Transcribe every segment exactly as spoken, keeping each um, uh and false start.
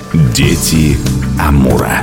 Дети Амура.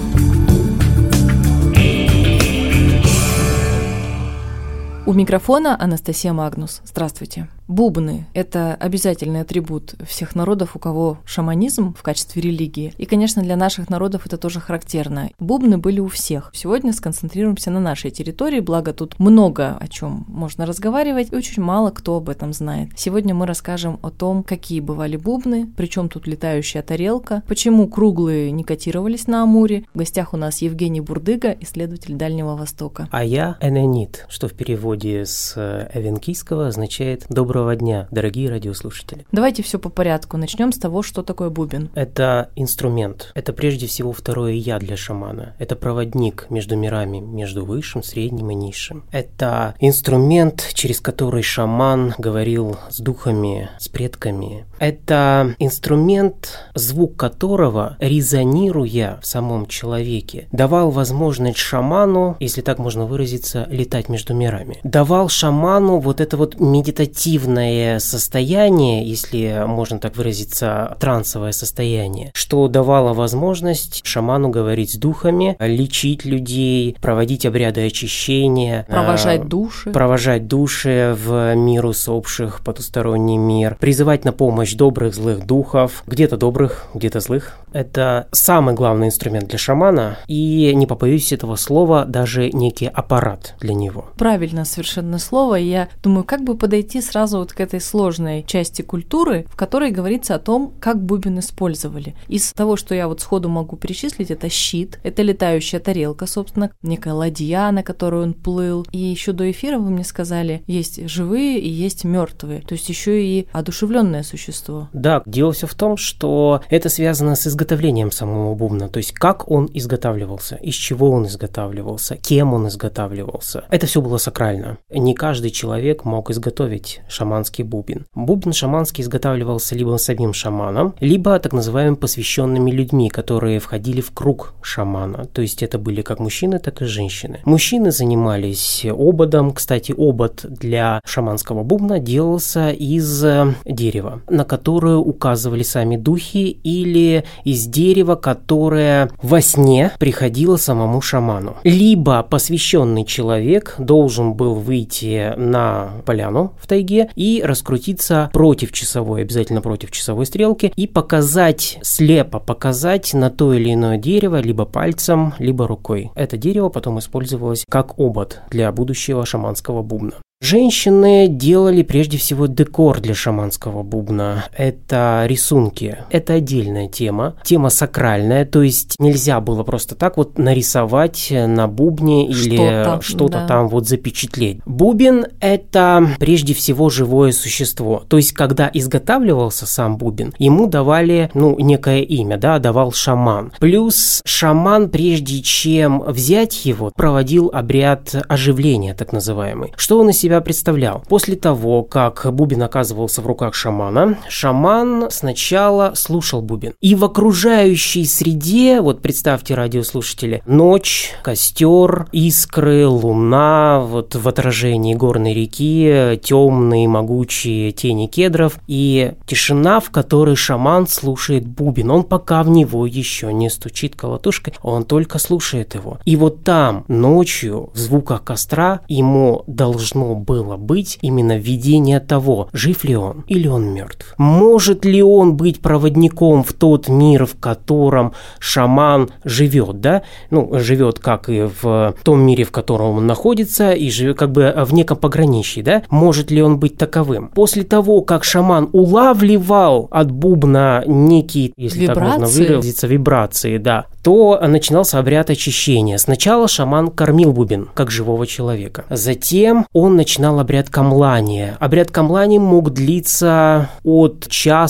У микрофона Анастасия Магнус. Здравствуйте. Бубны – это обязательный атрибут всех народов, у кого шаманизм в качестве религии. И, конечно, для наших народов это тоже характерно. Бубны были у всех. Сегодня сконцентрируемся на нашей территории, благо тут много о чем можно разговаривать, и очень мало кто об этом знает. Сегодня мы расскажем о том, какие бывали бубны, причем тут летающая тарелка, почему круглые не котировались на Амуре. В гостях у нас Евгений Бурдыга, исследователь Дальнего Востока. А я Эненит, что в переводе с эвенкийского означает «доброго дня», дорогие радиослушатели. Давайте все по порядку. Начнем с того, что такое бубен. Это инструмент. Это прежде всего второе «я» для шамана. Это проводник между мирами, между высшим, средним и низшим. Это инструмент, через который шаман говорил с духами, с предками. Это инструмент, звук которого, резонируя в самом человеке, давал возможность шаману, если так можно выразиться, летать между мирами. Давал шаману вот это вот медитативное состояние, если можно так выразиться, трансовое состояние, что давало возможность шаману говорить с духами, лечить людей, проводить обряды очищения, провожать души, провожать души в мир усопших, потусторонний мир, призывать на помощь добрых, злых духов, где-то добрых, где-то злых. Это самый главный инструмент для шамана, и, не побоюсь этого слова, даже некий аппарат для него. Правильно совершенно слово. Я думаю, как бы подойти сразу вот к этой сложной части культуры, в которой говорится о том, как бубен использовали. Из того, что я вот сходу могу перечислить, это щит, это летающая тарелка, собственно, некая ладья, на которую он плыл. И еще до эфира вы мне сказали, есть живые и есть мертвые, то есть еще и одушевленное существо. Да, дело все в том, что это связано с изготовлением самого бубна, то есть как он изготавливался, из чего он изготавливался, кем он изготавливался. Это все было сакрально. Не каждый человек мог изготовить шаманский бубен. Бубен шаманский изготавливался либо самим шаманом, либо так называемыми посвященными людьми, которые входили в круг шамана. То есть это были как мужчины, так и женщины. Мужчины занимались ободом. Кстати, обод для шаманского бубна делался из дерева, на которое указывали сами духи, или из дерева, которое во сне приходило самому шаману. Либо посвященный человек должен был выйти на поляну в тайге и раскрутиться против часовой, обязательно против часовой стрелки, и показать, слепо показать на то или иное дерево, либо пальцем, либо рукой. Это дерево потом использовалось как обод для будущего шаманского бубна. Женщины делали прежде всего декор для шаманского бубна. Это рисунки. Это отдельная тема. Тема сакральная, то есть нельзя было просто так вот нарисовать на бубне или что-то, что-то да. там вот запечатлеть. Бубен – это прежде всего живое существо. То есть когда изготавливался сам бубен, ему давали, ну, некое имя, да, давал шаман. Плюс шаман, прежде чем взять его, проводил обряд оживления, так называемый. Что он из себя представлял? После того, как бубен оказывался в руках шамана, шаман сначала слушал бубен. И в окружающей среде, вот представьте, радиослушатели, ночь, костер, искры, луна, вот в отражении горной реки, темные могучие тени кедров и тишина, в которой шаман слушает бубен. Он пока в него еще не стучит колотушкой, он только слушает его. И вот там, ночью, в звуках костра, ему должно было быть именно видение того, жив ли он или он мертв. Может ли он быть проводником в тот мир, в котором шаман живет, да? Ну, живет как и в том мире, в котором он находится, и живет как бы в неком пограничье, да? Может ли он быть таковым? После того, как шаман улавливал от бубна некие, если вибрации. Так можно выразиться, вибрации, да, то начинался обряд очищения. Сначала шаман кормил бубен, как живого человека. Затем он начинал обряд камлания. Обряд камлания мог длиться от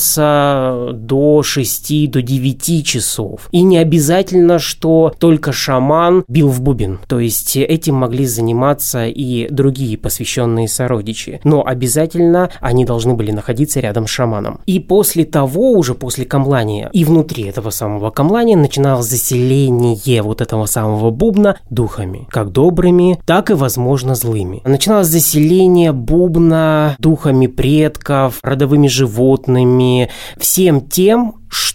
часа до шести, до девяти часов. И не обязательно, что только шаман бил в бубен. То есть этим могли заниматься и другие посвященные сородичи. Но обязательно они должны были находиться рядом с шаманом. И после того, уже после камлания, и внутри этого самого камлания начиналось заселение вот этого самого бубна духами. Как добрыми, так и, возможно, злыми. Начиналось заселение бубна духами предков, родовыми животными, всем тем, что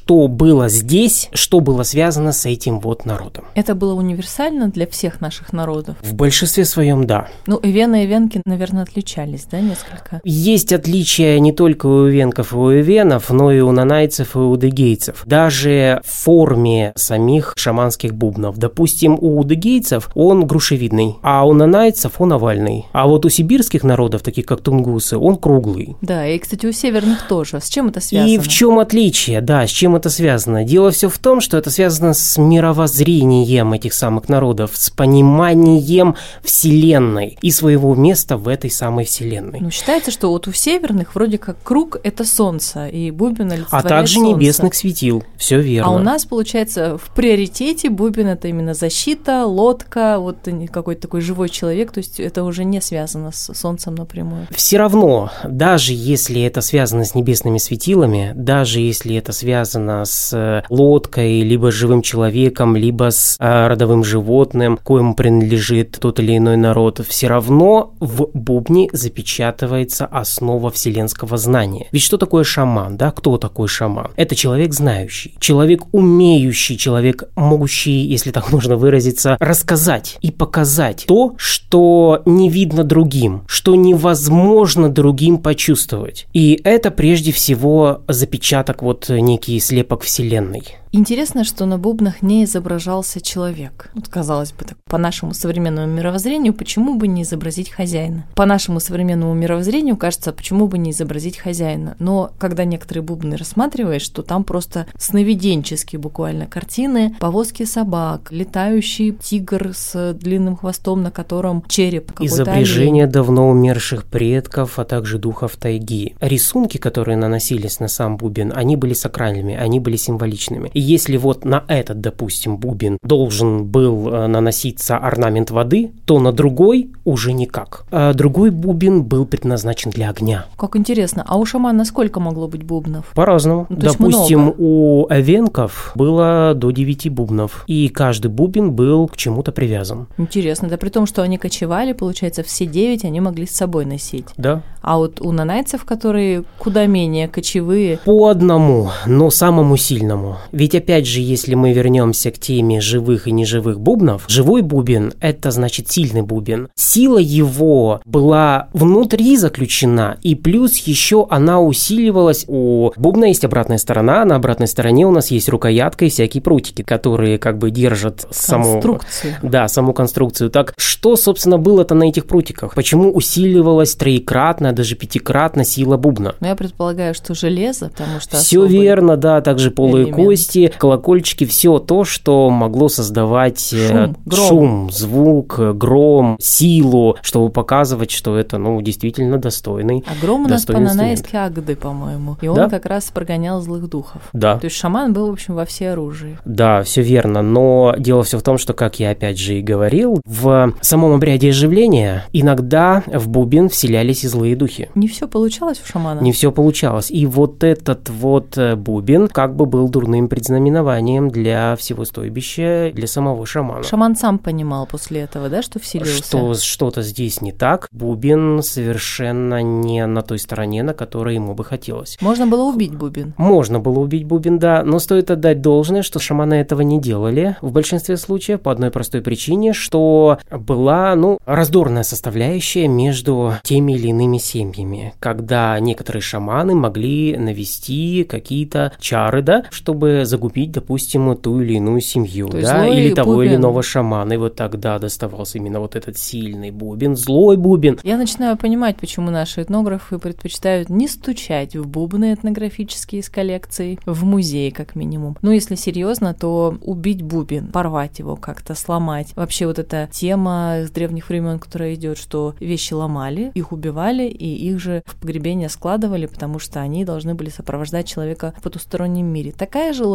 что было здесь, что было связано с этим вот народом. Это было универсально для всех наших народов? В большинстве своем, да. Ну, эвены и эвенки, наверное, отличались, да, несколько? Есть отличия не только у эвенков и у эвенов, но и у нанайцев и у удыгейцев. Даже в форме самих шаманских бубнов. Допустим, у удыгейцев он грушевидный, а у нанайцев он овальный. А вот у сибирских народов, таких как тунгусы, он круглый. Да, и, кстати, у северных тоже. С чем это связано? И в чем отличие? Да, с чем это связано? Дело все в том, что это связано с мировоззрением этих самых народов, с пониманием Вселенной и своего места в этой самой Вселенной. Ну, считается, что вот у северных вроде как круг – это солнце, и бубен олицетворяет А также солнце. Небесных светил. Все верно. А у нас, получается, в приоритете бубен – это именно защита, лодка, вот какой-то такой живой человек, то есть это уже не связано с солнцем напрямую. Все равно, даже если это связано с небесными светилами, даже если это связано с лодкой, либо с живым человеком, либо с э, родовым животным, коему принадлежит тот или иной народ, все равно в бубне запечатывается основа вселенского знания. Ведь что такое шаман, да? Кто такой шаман? Это человек знающий, человек умеющий, человек могущий, если так можно выразиться, рассказать и показать то, что не видно другим, что невозможно другим почувствовать. И это прежде всего запечаток, вот некий слепок Вселенной. Интересно, что на бубнах не изображался человек. Вот, казалось бы, так, по нашему современному мировоззрению, почему бы не изобразить хозяина? По нашему современному мировоззрению кажется, почему бы не изобразить хозяина? Но когда некоторые бубны рассматриваешь, то там просто сновиденческие буквально картины, повозки собак, летающий тигр с длинным хвостом, на котором череп какой-то изображения олень. давно умерших предков, а также духов тайги. Рисунки, которые наносились на сам бубен, они были сакральными, они были символичными. И если вот на этот, допустим, бубен должен был наноситься орнамент воды, то на другой уже никак. А другой бубен был предназначен для огня. Как интересно. А у шамана сколько могло быть бубнов? По-разному. Ну, то есть допустим, много. У эвенков было до девяти бубнов, и каждый бубен был к чему-то привязан. Интересно. Да при том, что они кочевали, получается, все девять они могли с собой носить. Да. А вот у нанайцев, которые куда менее кочевые... По одному, но самому сильному. Ведь опять же, если мы вернемся к теме живых и неживых бубнов, живой бубен – это значит сильный бубен. Сила его была внутри заключена, и плюс еще она усиливалась. У бубна есть обратная сторона, на обратной стороне у нас есть рукоятка и всякие прутики, которые как бы держат саму... Конструкцию. Да, саму конструкцию. Так что, собственно, было-то на этих прутиках? Почему усиливалась троекратно, даже пятикратно сила бубна? Ну, я предполагаю, что железо, потому что... Все верно, да, также полые элемент. Кости, колокольчики, все то, что могло создавать шум, гром. шум, звук, гром, силу, чтобы показывать, что это, ну, действительно достойный. А гром у нас достойный по-нанайски Агды, по-моему. И он Да? как раз прогонял злых духов. Да. То есть шаман был, в общем, во всеоружии. Да, все верно, но дело все в том, что, как я опять же и говорил, в самом обряде оживления иногда в бубен вселялись и злые духи. Не все получалось у шамана? Не все получалось. И вот этот вот бубен как бы был дурным предзнаменованием для всего стойбища, для самого шамана. Шаман сам понимал после этого, да, что вселился? Что что-то здесь не так. Бубен совершенно не на той стороне, на которой ему бы хотелось. Можно было убить бубен? Можно было убить бубен, да, но стоит отдать должное, что шаманы этого не делали в большинстве случаев по одной простой причине, что была, ну, раздорная составляющая между теми или иными семьями, когда некоторые шаманы могли навести какие-то чары, да, чтобы загубить, допустим, ту или иную семью, то есть да, или того бубен. или иного шамана, и вот тогда доставался именно вот этот сильный бубен, злой бубен. Я начинаю понимать, почему наши этнографы предпочитают не стучать в бубны этнографические из коллекций, в музее как минимум. Но если серьезно, то убить бубен, порвать его как-то, сломать. Вообще вот эта тема с древних времен, которая идет, что вещи ломали, их убивали, и их же в погребение складывали, потому что они должны были сопровождать человека в потустороннем мире. Такая же логика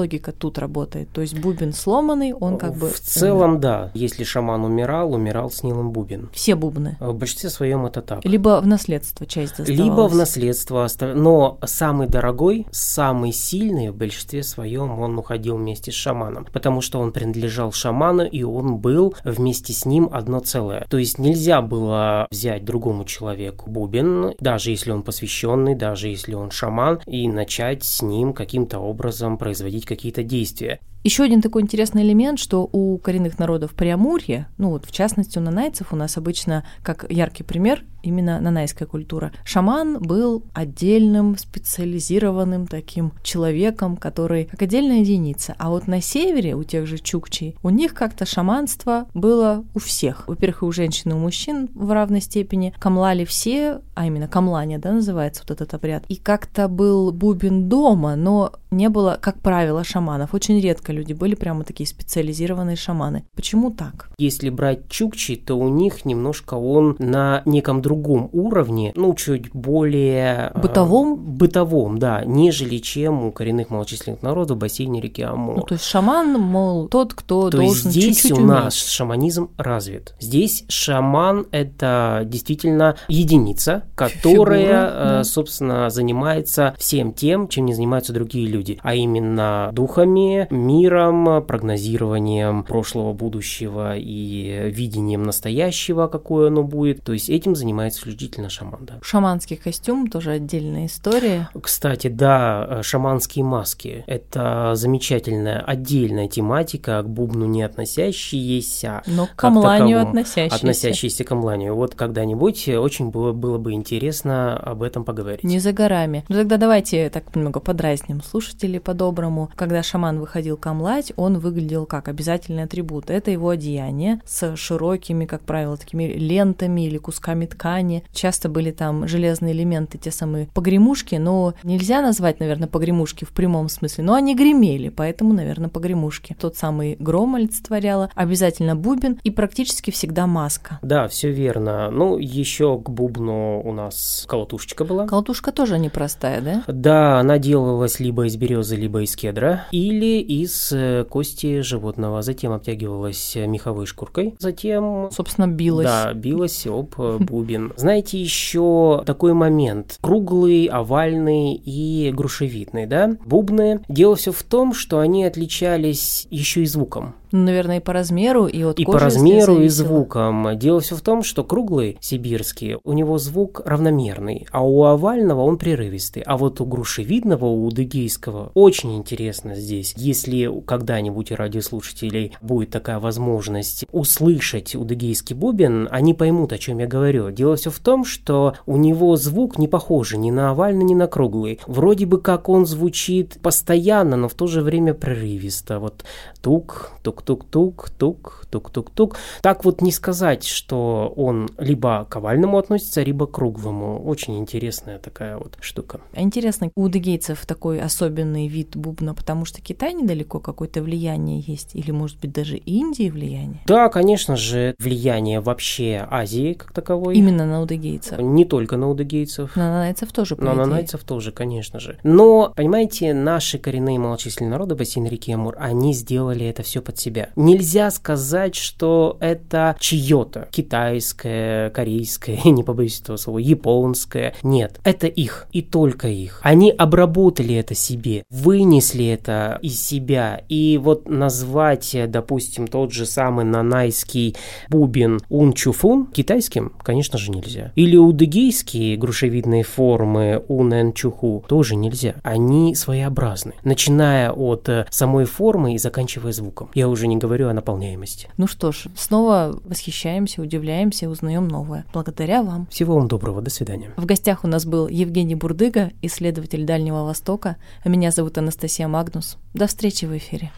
логика тут работает? То есть бубен сломанный, он как бы... В целом, умер. Да. Если шаман умирал, умирал с ним бубен. Все бубны? В большинстве своем это так. Либо в наследство часть доставалась? Либо в наследство. Но самый дорогой, самый сильный в большинстве своем он уходил вместе с шаманом, потому что он принадлежал шаману, и он был вместе с ним одно целое. То есть нельзя было взять другому человеку бубен, даже если он посвященный, даже если он шаман, и начать с ним каким-то образом производить какие-то действия. Еще один такой интересный элемент, что у коренных народов Преамурья, ну вот в частности у нанайцев, у нас обычно, как яркий пример, именно нанайская культура. Шаман был отдельным, специализированным таким человеком, который как отдельная единица. А вот на севере, у тех же чукчей, у них как-то шаманство было у всех. Во-первых, и у женщин, и у мужчин в равной степени. Камлали все, а именно камлания, да, называется вот этот обряд. И как-то был бубен дома, но не было, как правило, шаманов. Очень редко люди были прямо такие специализированные шаманы. Почему так? Если брать чукчи, то у них немножко он на неком другом уровне, ну, чуть более... Бытовом? Э, бытовом, да, нежели чем у коренных малочисленных народов в бассейне реки Амур. Ну, то есть шаман, мол, тот, кто то должен здесь чуть-чуть у уметь. нас шаманизм развит. Здесь шаман – это действительно единица, которая, Фигура, да. собственно, занимается всем тем, чем не занимаются другие люди, а именно духами, миром, прогнозированием прошлого, будущего и видением настоящего, какое оно будет. То есть этим занимается исключительно шаман. Да. Шаманский костюм тоже отдельная история. Кстати, да, шаманские маски – это замечательная отдельная тематика, к бубну не относящаяся, но к камланию относящаяся. Относящаяся к камланию. Вот когда-нибудь очень было, было бы интересно об этом поговорить. Не за горами. Ну тогда давайте так немного подразним слушателей по-доброму. Когда шаман выходил камлать, он выглядел как обязательный атрибут. Это его одеяние с широкими, как правило, такими лентами или кусками ткани. Часто были там железные элементы, те самые погремушки, но нельзя назвать, наверное, погремушки в прямом смысле, но они гремели, поэтому, наверное, погремушки. Тот самый гром олицетворяла, обязательно бубен и практически всегда маска. Да, все верно. Ну, еще к бубну у нас колотушечка была. Колотушка тоже непростая, да? Да, она делалась либо из березы, либо из кедра, или из кости животного. Затем обтягивалась меховой шкуркой, затем... Собственно, билась. Да, билась об бубен. Знаете, еще такой момент. Круглый, овальный и грушевидный, да? Бубны. Дело все в том, что они отличались еще и звуком. Ну, наверное, и по размеру, и от и кожи. И по размеру, и звуком. Дело все в том, что круглый сибирский, у него звук равномерный, а у овального он прерывистый. А вот у грушевидного, у удыгейского, очень интересно здесь. Если когда-нибудь у радиослушателей будет такая возможность услышать удыгейский бубен, они поймут, о чем я говорю. Дело все в том, что у него звук не похожий ни на овальный, ни на круглый. Вроде бы как он звучит постоянно, но в то же время прерывисто. Вот тук, тук, тук-тук, тук, тук-тук-тук. Так вот не сказать, что он либо к овальному относится, либо к круглому. Очень интересная такая вот штука. Интересно, у удыгейцев такой особенный вид бубна, потому что Китай недалеко, какое-то влияние есть? Или, может быть, даже Индии влияние? Да, конечно же, влияние вообще Азии как таковой. Именно на удыгейцев? Не только на удыгейцев. На нанайцев тоже, по На идее. нанайцев тоже, конечно же. Но, понимаете, наши коренные малочисленные народы бассейна реки Амур, они сделали это все под себя. Нельзя сказать, что это чье-то китайское, корейское, не побоюсь этого слова, японское. Нет, это их и только их. Они обработали это себе, вынесли это из себя. И вот назвать, допустим, тот же самый нанайский бубен унчуфун китайским, конечно же, нельзя. Или удыгейские грушевидные формы унэнчуху тоже нельзя. Они своеобразны, начиная от самой формы и заканчивая звуком. Я уже не говорю о наполняемости. Ну что ж, снова восхищаемся, удивляемся, узнаем новое. Благодаря вам. Всего вам доброго, до свидания. В гостях у нас был Евгений Бурдыга, исследователь Дальнего Востока, а меня зовут Анастасия Магнус. До встречи в эфире.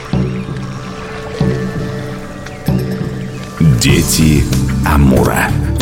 Дети Амура.